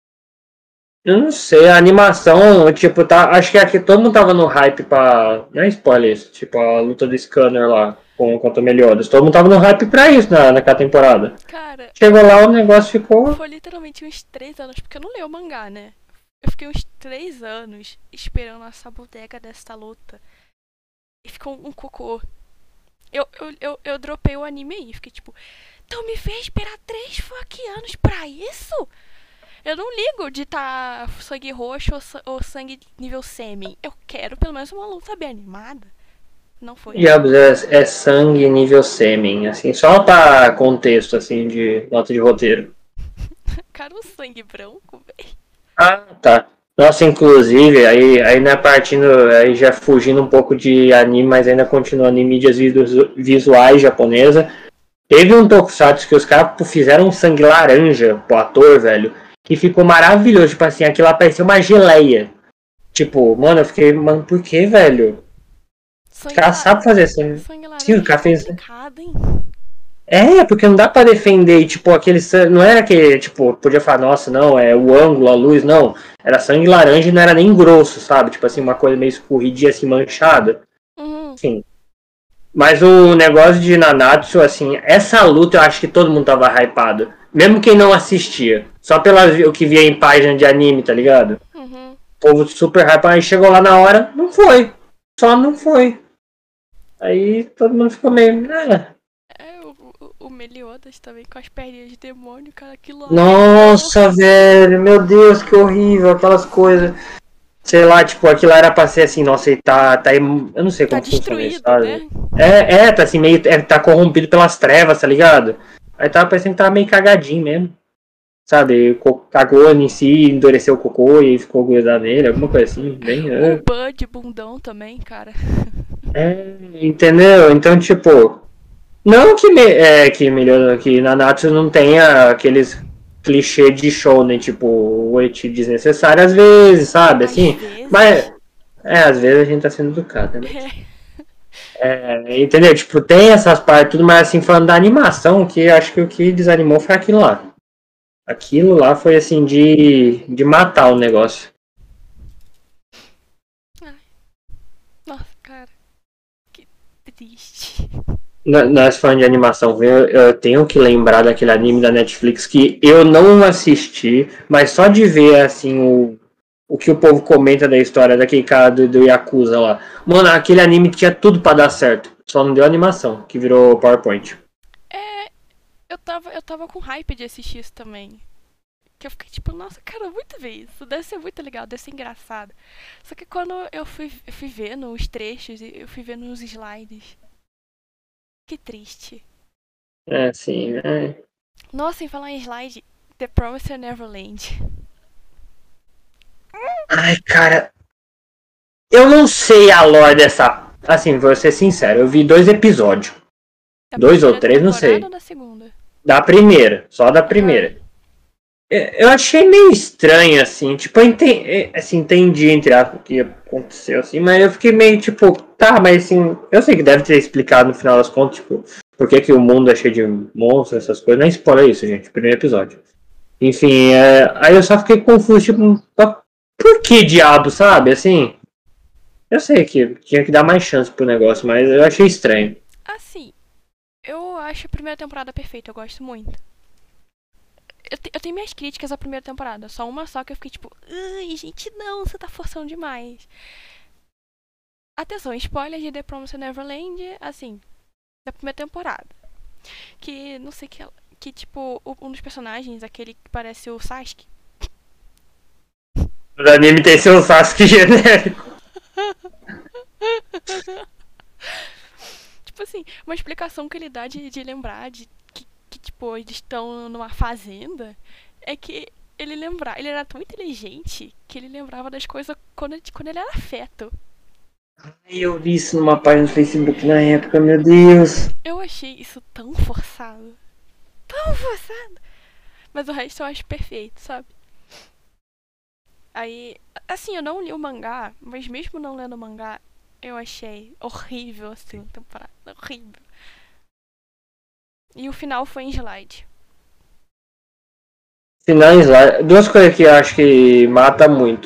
Eu não sei, a animação, tipo, tá. Acho que aqui todo mundo tava no hype pra. Não é spoiler isso, tipo, a luta do Scanner lá contra o Meliodas. Todo mundo tava no hype pra isso naquela temporada. Cara, Chegou lá, o negócio ficou. foi literalmente uns 3 anos, porque eu não leio o mangá, né? Eu fiquei uns 3 anos esperando essa bodega dessa luta. E ficou um cocô. Eu dropei o anime aí, fiquei tipo, então me fez esperar 3 fucking anos pra isso? Eu não ligo de tá sangue roxo ou sangue nível semi. Eu quero pelo menos uma luta bem animada. Não foi. Diabos, é sangue nível sêmen, assim, só pra contexto, assim, de nota de roteiro. Cara, um sangue branco, velho. Ah, tá. Nossa, inclusive, aí na partindo, aí já fugindo um pouco de anime, mas ainda continuando em mídias visuais japonesa. Teve um tokusatsu que os caras fizeram um sangue laranja pro ator, velho, que ficou maravilhoso. Tipo assim, aquilo lá parecia uma geleia. Tipo, mano, eu fiquei, mano, por que, velho? Os caras sabem fazer sangue. Sangue Sim, o laranja cara é fez. complicado, hein? É, porque não dá pra defender, tipo, aquele sangue. Não era que, tipo, podia falar, nossa, não, é o ângulo, a luz, não. Era sangue laranja e não era nem grosso, sabe? Tipo assim, uma coisa meio escorridinha, assim, manchada. Uhum. Sim. Mas o negócio de Nanatsu, assim, essa luta eu acho que todo mundo tava hypado. Mesmo quem não assistia. Só o que via em página de anime, tá ligado? Uhum. O povo super hypado, aí chegou lá na hora, não foi. Só não foi. Aí todo mundo ficou meio. O Meliodas também com as perninhas de demônio, cara, aquilo lá. Nossa, velho, meu Deus, que horrível, aquelas coisas. Sei lá, tipo, aquilo era pra ser assim, nossa, ele tá eu não sei como funciona isso, destruído, sabe? né? Tá assim, meio. Tá corrompido pelas trevas, tá ligado? Aí tava parecendo que tava meio cagadinho mesmo. Sabe? Cagou em si, endureceu o cocô e ficou grudado nele, alguma coisa assim, bem. O Bud bundão também, cara. Entendeu? Então, tipo. Não que melhor que Nanatsu não tenha aqueles clichê de shonen, tipo, o eti desnecessário às vezes, sabe? Assim, mas às vezes a gente tá sendo educado, né? Entendeu? Tipo, tem essas partes, tudo, mas assim, falando da animação, que acho que o que desanimou foi aquilo lá. Aquilo lá foi assim de matar o negócio. Ai. Nossa, cara. Que triste. Nós falando de animação, eu tenho que lembrar daquele anime da Netflix que eu não assisti, mas só de ver assim o que o povo comenta da história daquele cara do Yakuza lá. Mano, aquele anime tinha tudo pra dar certo, só não deu animação, que virou PowerPoint. Eu tava com hype de assistir isso também. Que eu fiquei tipo, nossa, cara, muito ver isso. Deve ser muito legal, deve ser engraçado. Só que quando eu fui vendo os trechos, eu fui vendo os slides. Que triste. Sim, Nossa, em falar em slide, The Promised Neverland. Ai, cara, eu não sei a lore dessa. Assim, vou ser sincero, eu vi 2 episódios. Da 2 ou primeira 3, não sei. temporada ou da segunda? Da primeira, só da primeira. Eu achei meio estranho, assim, tipo, entendi, entre aspas, o que aconteceu, assim, mas eu fiquei meio, tipo, tá, mas assim, eu sei que deve ter explicado no final das contas, tipo, por que que o mundo é cheio de monstros, essas coisas, não é spoiler isso, gente, primeiro episódio. Enfim, aí eu só fiquei confuso, tipo, por que diabo, sabe, assim, eu sei que tinha que dar mais chance pro negócio, mas eu achei estranho. Assim, eu acho a primeira temporada perfeita, eu gosto muito. Eu tenho minhas críticas à primeira temporada, só uma só que eu fiquei tipo, ai, gente, não, você tá forçando demais. Atenção, spoiler de The Promised Neverland, assim, da primeira temporada. Que, não sei que tipo, um dos personagens, aquele que parece o Sasuke. O anime tem seu Sasuke genérico. Tipo assim, uma explicação que ele dá de lembrar de que, tipo, eles estão numa fazenda é que ele era tão inteligente que ele lembrava das coisas quando ele era feto. Eu vi isso numa página do Facebook na época, meu Deus. Eu achei isso tão forçado. Tão forçado. Mas o resto eu acho perfeito, sabe? Aí, assim, eu não li o mangá, mas mesmo não lendo o mangá, eu achei horrível, assim, a temporada. Horrível. E o final foi em slide. Finais lá. Duas coisas que eu acho que mata muito.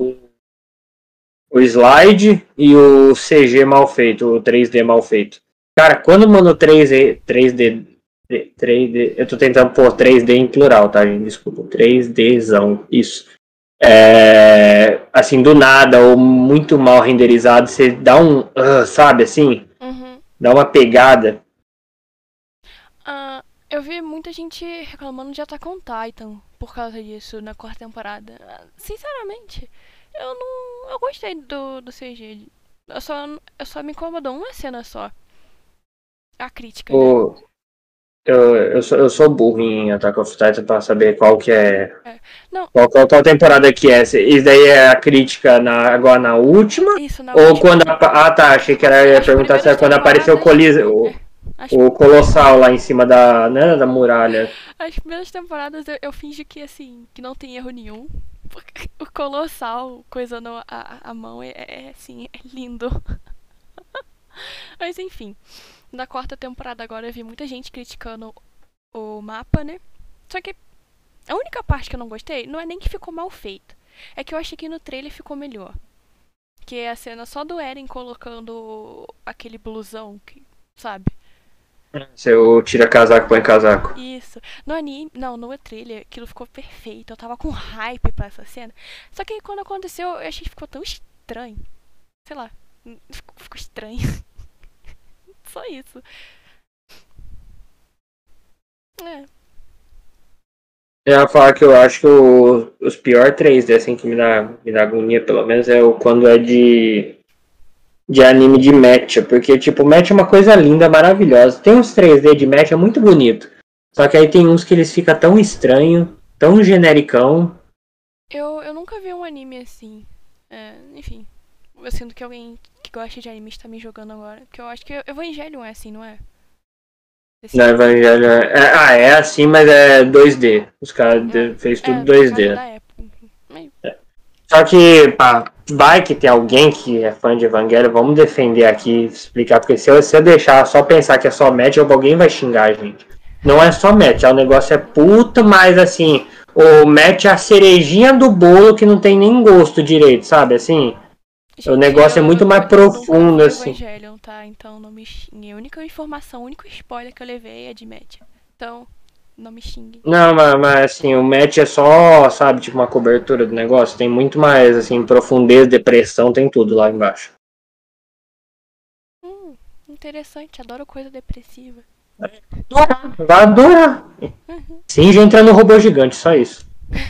O slide e o CG mal feito, o 3D mal feito. Cara, quando manda 3D, eu tô tentando pôr 3D em plural, tá, gente? Desculpa, 3Dzão, isso. Assim, do nada, ou muito mal renderizado, você dá sabe, assim? Uhum. Dá uma pegada. Eu vi muita gente reclamando de Attack on Titan por causa disso na quarta temporada. Sinceramente, eu gostei do CG. Eu só me incomodou uma cena só. A crítica, né? Eu sou burro em Attack of Titan pra saber qual que é. Não, Qual temporada que é? Isso daí é a crítica agora na última? isso, na Ou última. quando. Tá, achei que era ia As perguntar se era primeiras quando apareceu o temporadas. O Colossal lá em cima da muralha. As primeiras temporadas eu fingi que, assim, que não tem erro nenhum. Porque o Colossal coisando a mão assim, é lindo. Mas enfim, na quarta temporada agora eu vi muita gente criticando o mapa, né? Só que a única parte que eu não gostei não é nem que ficou mal feito. É que eu achei que no trailer ficou melhor. Que é a cena só do Eren colocando aquele blusão, sabe? Seu tira casaco, põe casaco. Isso. No anime, não, no trailer, aquilo ficou perfeito. Eu tava com hype pra essa cena. Só que quando aconteceu, eu achei que ficou tão estranho. Sei lá, ficou estranho. Só isso. É. Eu ia falar que eu acho que os piores 3D, assim, que me dá agonia, pelo menos, quando é de anime de mecha, porque, tipo, mecha é uma coisa linda, maravilhosa. Tem uns 3D de mecha muito bonito, só que aí tem uns que eles ficam tão estranho, tão genericão. Eu nunca vi um anime assim. Enfim, eu sinto que alguém que gosta de anime está me jogando agora. Porque eu acho que Evangelion é assim, não é? No Evangelho é assim, mas é 2D. Os caras fez tudo Por causa 2D. da época. Só que, pá, vai que tem alguém que é fã de Evangelho, vamos defender aqui, explicar, porque se eu deixar só pensar que é só match, alguém vai xingar a gente. Não é só match, o negócio é puta, mas assim, o match é a cerejinha do bolo que não tem nem gosto direito, sabe? Assim, gente, o negócio é muito mais profundo, assim. Evangelion, tá? Então não me xingue. A única informação, o único spoiler que eu levei é de match. Então, não me xingue. Não, mas assim, o match é só, sabe, tipo uma cobertura do negócio. Tem muito mais, assim, profundeza, depressão, tem tudo lá embaixo. Interessante, adoro coisa depressiva. Vai adorar. Sim, já entra no robô gigante, só isso.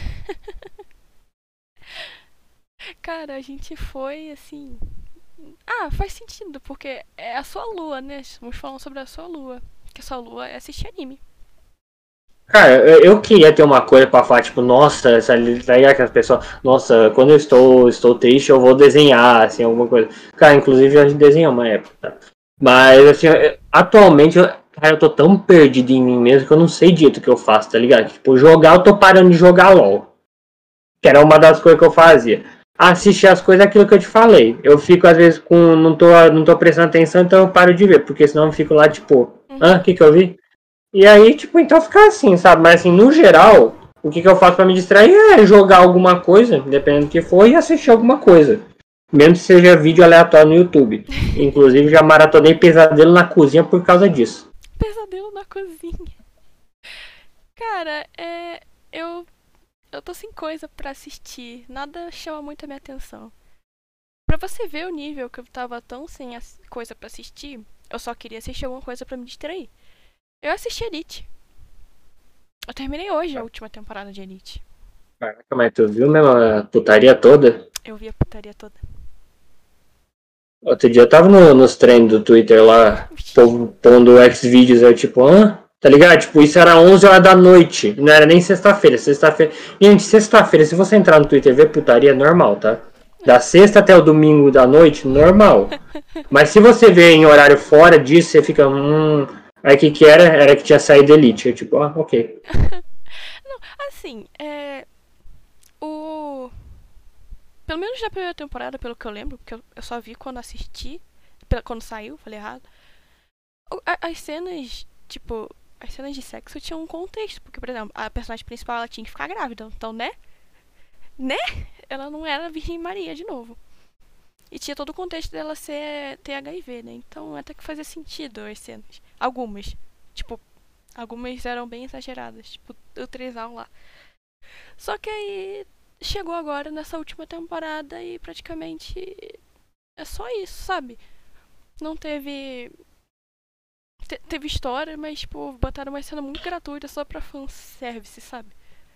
Cara, a gente foi assim. Faz sentido, porque é a sua lua, né? Estamos falando sobre a sua lua. Que a sua lua é assistir anime. Cara, eu queria ter uma coisa pra falar, tipo, nossa, tá ligado que as pessoas, nossa, quando eu estou triste, eu vou desenhar, assim, alguma coisa. Cara, inclusive eu desenhei uma época, tá? Mas, assim, atualmente, Cara, eu tô tão perdido em mim mesmo que eu não sei direito o que eu faço, tá ligado? Tipo, jogar, eu tô parando de jogar LOL. Que era uma das coisas que eu fazia. Assistir as coisas é aquilo que eu te falei. Eu fico, às vezes, com. Não tô prestando atenção, então eu paro de ver. Porque senão eu fico lá, tipo, o que eu vi? E aí, tipo, então fica assim, sabe? Mas assim, no geral, o que eu faço pra me distrair é jogar alguma coisa, dependendo do que for, e assistir alguma coisa. Mesmo que seja vídeo aleatório no YouTube. Inclusive, já maratonei Pesadelo na Cozinha por causa disso. Pesadelo na cozinha. Cara, eu tô sem coisa pra assistir. Nada chama muito a minha atenção. Pra você ver o nível que eu tava tão sem coisa pra assistir, eu só queria assistir alguma coisa pra me distrair. Eu assisti Elite. Eu terminei hoje a última temporada de Elite. Caraca, mas tu viu mesmo a putaria toda? Eu vi a putaria toda. Outro dia eu tava nos treinos do Twitter lá, pondo Xvideos, eu tipo, tá ligado? Tipo, isso era 11 horas da noite, não era nem sexta-feira. Gente, sexta-feira, se você entrar no Twitter e ver putaria, é normal, tá? Da sexta até o domingo da noite, normal. Mas se você vê em horário fora disso, você fica, Aí o que era? Era que tinha saído Elite. Eu tipo, ok. Não, assim, o... Pelo menos na primeira temporada, pelo que eu lembro, porque eu só vi quando assisti, quando saiu, falei errado. As cenas, tipo, as cenas de sexo tinham um contexto, porque, por exemplo, a personagem principal ela tinha que ficar grávida, então, né? Ela não era Virgem Maria de novo. E tinha todo o contexto dela ter HIV, né? Então até que fazia sentido as cenas. Algumas. Tipo, algumas eram bem exageradas. Tipo, o trisal lá. Só que aí chegou agora nessa última temporada e praticamente é só isso, sabe? Não teve. Teve história, mas, tipo, botaram uma cena muito gratuita só pra fanservice, sabe?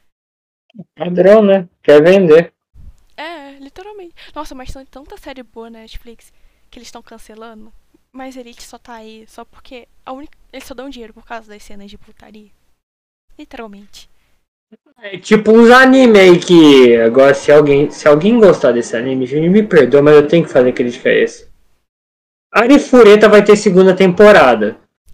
Padrão, né? Quer vender. É, literalmente. Nossa, mas tem tanta série boa na Netflix que eles estão cancelando. Mas Elite só tá aí só porque eles só dão dinheiro por causa das cenas de putaria. Literalmente. É tipo uns anime aí que. Agora, se alguém gostar desse anime, gente, me perdoa, mas eu tenho que fazer crítica a esse. Arifureta vai ter segunda temporada.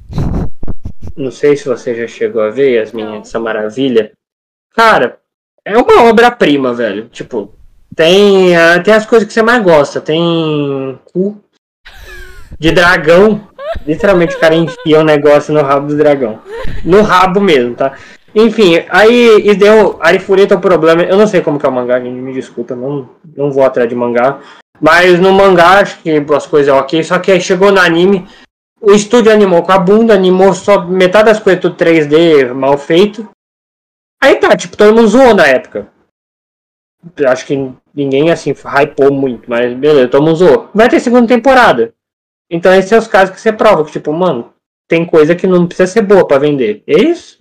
Não sei se você já chegou a ver, Yasmin, Não. essa maravilha. Cara, é uma obra-prima, velho. Tipo, tem as coisas que você mais gosta. Tem cu de dragão. Literalmente o cara enfia um negócio no rabo do dragão. No rabo mesmo, tá? Enfim, aí e deu. Arifureta é o problema. Eu não sei como que é o mangá, gente. Me desculpa, não vou atrás de mangá. Mas no mangá acho que as coisas é ok. Só que aí chegou no anime. O estúdio animou com a bunda, animou só metade das coisas tudo 3D mal feito. Aí tá, tipo, todo mundo zoou na época. Acho que ninguém assim hypou muito, mas beleza, todo mundo zoou. Vai ter segunda temporada. Então esses são os casos que você prova, que tipo, mano, tem coisa que não precisa ser boa pra vender. É isso?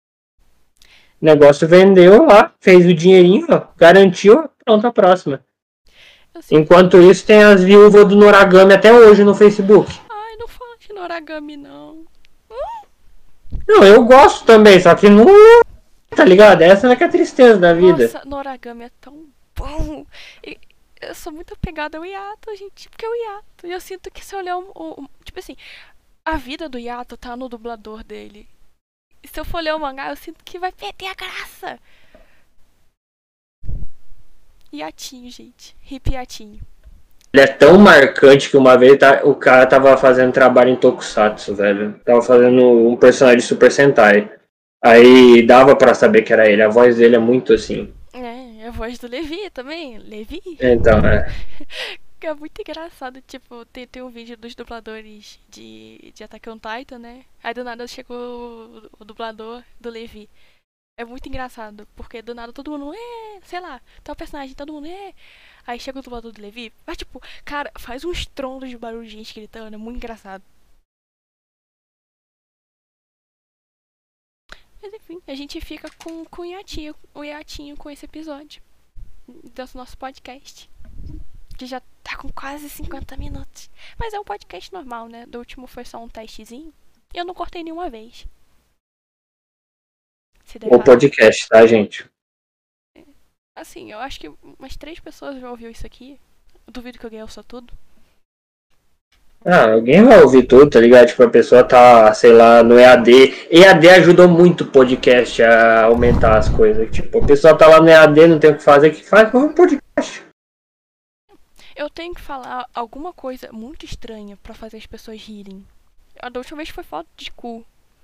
O negócio vendeu lá, fez o dinheirinho, ó, garantiu, pronto, a próxima. Enquanto isso, tem as viúvas do Noragami até hoje no Facebook. Ai, não fala de Noragami, não. Não, eu gosto também, só que não. Tá ligado? Essa é que é a tristeza da vida. Nossa, Noragami é tão bom. Eu sou muito apegada ao Yato, gente. Porque é o Yato. E eu sinto que se eu olhar tipo assim, a vida do Yato tá no dublador dele. E se eu for ler o mangá, eu sinto que vai perder a graça. Yatinho, gente. Hip Yatinho. Ele é tão marcante que uma vez o cara tava fazendo trabalho em Tokusatsu, velho. Tava fazendo um personagem de Super Sentai. Aí dava pra saber que era ele. A voz dele é muito assim. É a voz do Levi também. Levi. Então, É muito engraçado, tipo, tem um vídeo dos dubladores de Attack on Titan, né? Aí do nada chegou o dublador do Levi. É muito engraçado, porque do nada todo mundo, sei lá, tal personagem, todo mundo, Aí chega o dublador do Levi, mas tipo, cara, faz um estrondo de barulho de gente gritando, é muito engraçado. Mas enfim, a gente fica com o Iatinho com esse episódio do nosso podcast. Que já tá com quase 50 minutos. Mas é um podcast normal, né? Do último foi só um testezinho. E eu não cortei nenhuma vez. o podcast, tá, gente? Assim, eu acho que umas 3 pessoas já ouviu isso aqui. Eu duvido que alguém ouça tudo. Ah, alguém vai ouvir tudo, tá ligado? Tipo, a pessoa tá, sei lá, no EAD. EAD ajudou muito o podcast a aumentar as coisas. Tipo, a pessoa tá lá no EAD, não tem o que fazer, que faz um podcast. Eu tenho que falar alguma coisa muito estranha pra fazer as pessoas rirem. A da última vez foi foto de cu.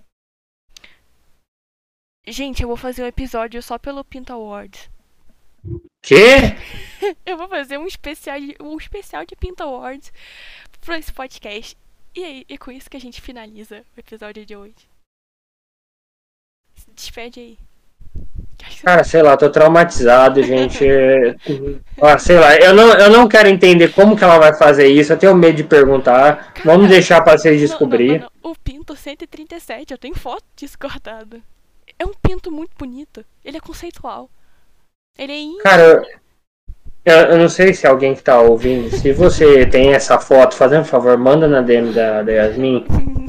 Gente, eu vou fazer um episódio só pelo Pinto Awards. Quê? Eu vou fazer um especial de Pinto Awards pra esse podcast. E aí, é com isso que a gente finaliza o episódio de hoje. Se despede aí. Cara, sei lá, tô traumatizado, gente. Ah, sei lá, eu não quero entender como que ela vai fazer isso, eu tenho medo de perguntar. Cara, Vamos deixar pra vocês não, não, não, descobrir. não. O Pinto 137, eu tenho foto disso cortado. É um pinto muito bonito. Ele é conceitual. Ele é indie. Cara, eu não sei se alguém que tá ouvindo, se você tem essa foto, fazendo um favor, manda na DM da Yasmin.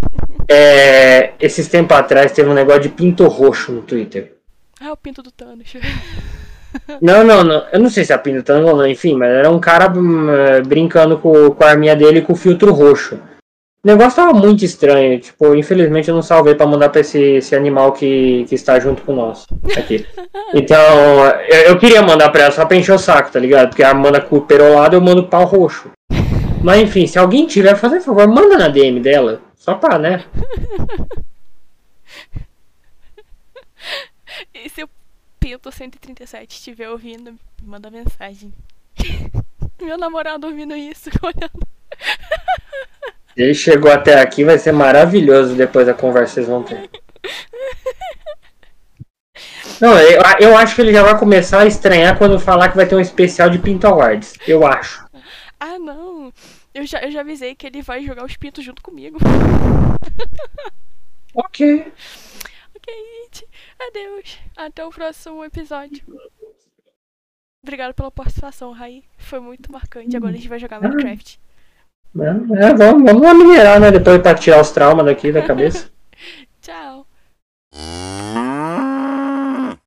Esses tempos atrás teve um negócio de pinto roxo no Twitter. Ah, o pinto do Thanos. Não, não, não. Eu não sei se é pinto Thanos ou não, enfim, mas era um cara brincando com a arminha dele com filtro roxo. O negócio tava muito estranho. Tipo, infelizmente eu não salvei pra mandar pra esse animal que está junto com nós aqui. Então, eu queria mandar pra ela só pra encher o saco, tá ligado? Porque ela manda com o perolado, eu mando pau roxo. Mas enfim, se alguém tiver, faz favor, manda na DM dela. Só pra, né? E se o Pinto 137 estiver ouvindo, me manda mensagem. Meu namorado ouvindo isso, olhando. Se ele chegou até aqui, vai ser maravilhoso depois da conversa que vocês vão ter. Não, eu acho que ele já vai começar a estranhar quando falar que vai ter um especial de Pinto Awards. Eu acho. Ah, não. Eu já avisei que ele vai jogar os pintos junto comigo. Ok. Ok, gente. Adeus. Até o próximo episódio. Obrigado pela participação, Raí. Foi muito marcante. Agora a gente vai jogar Minecraft. Vamos lá minerar, né? Depois pra tirar os traumas daqui da cabeça.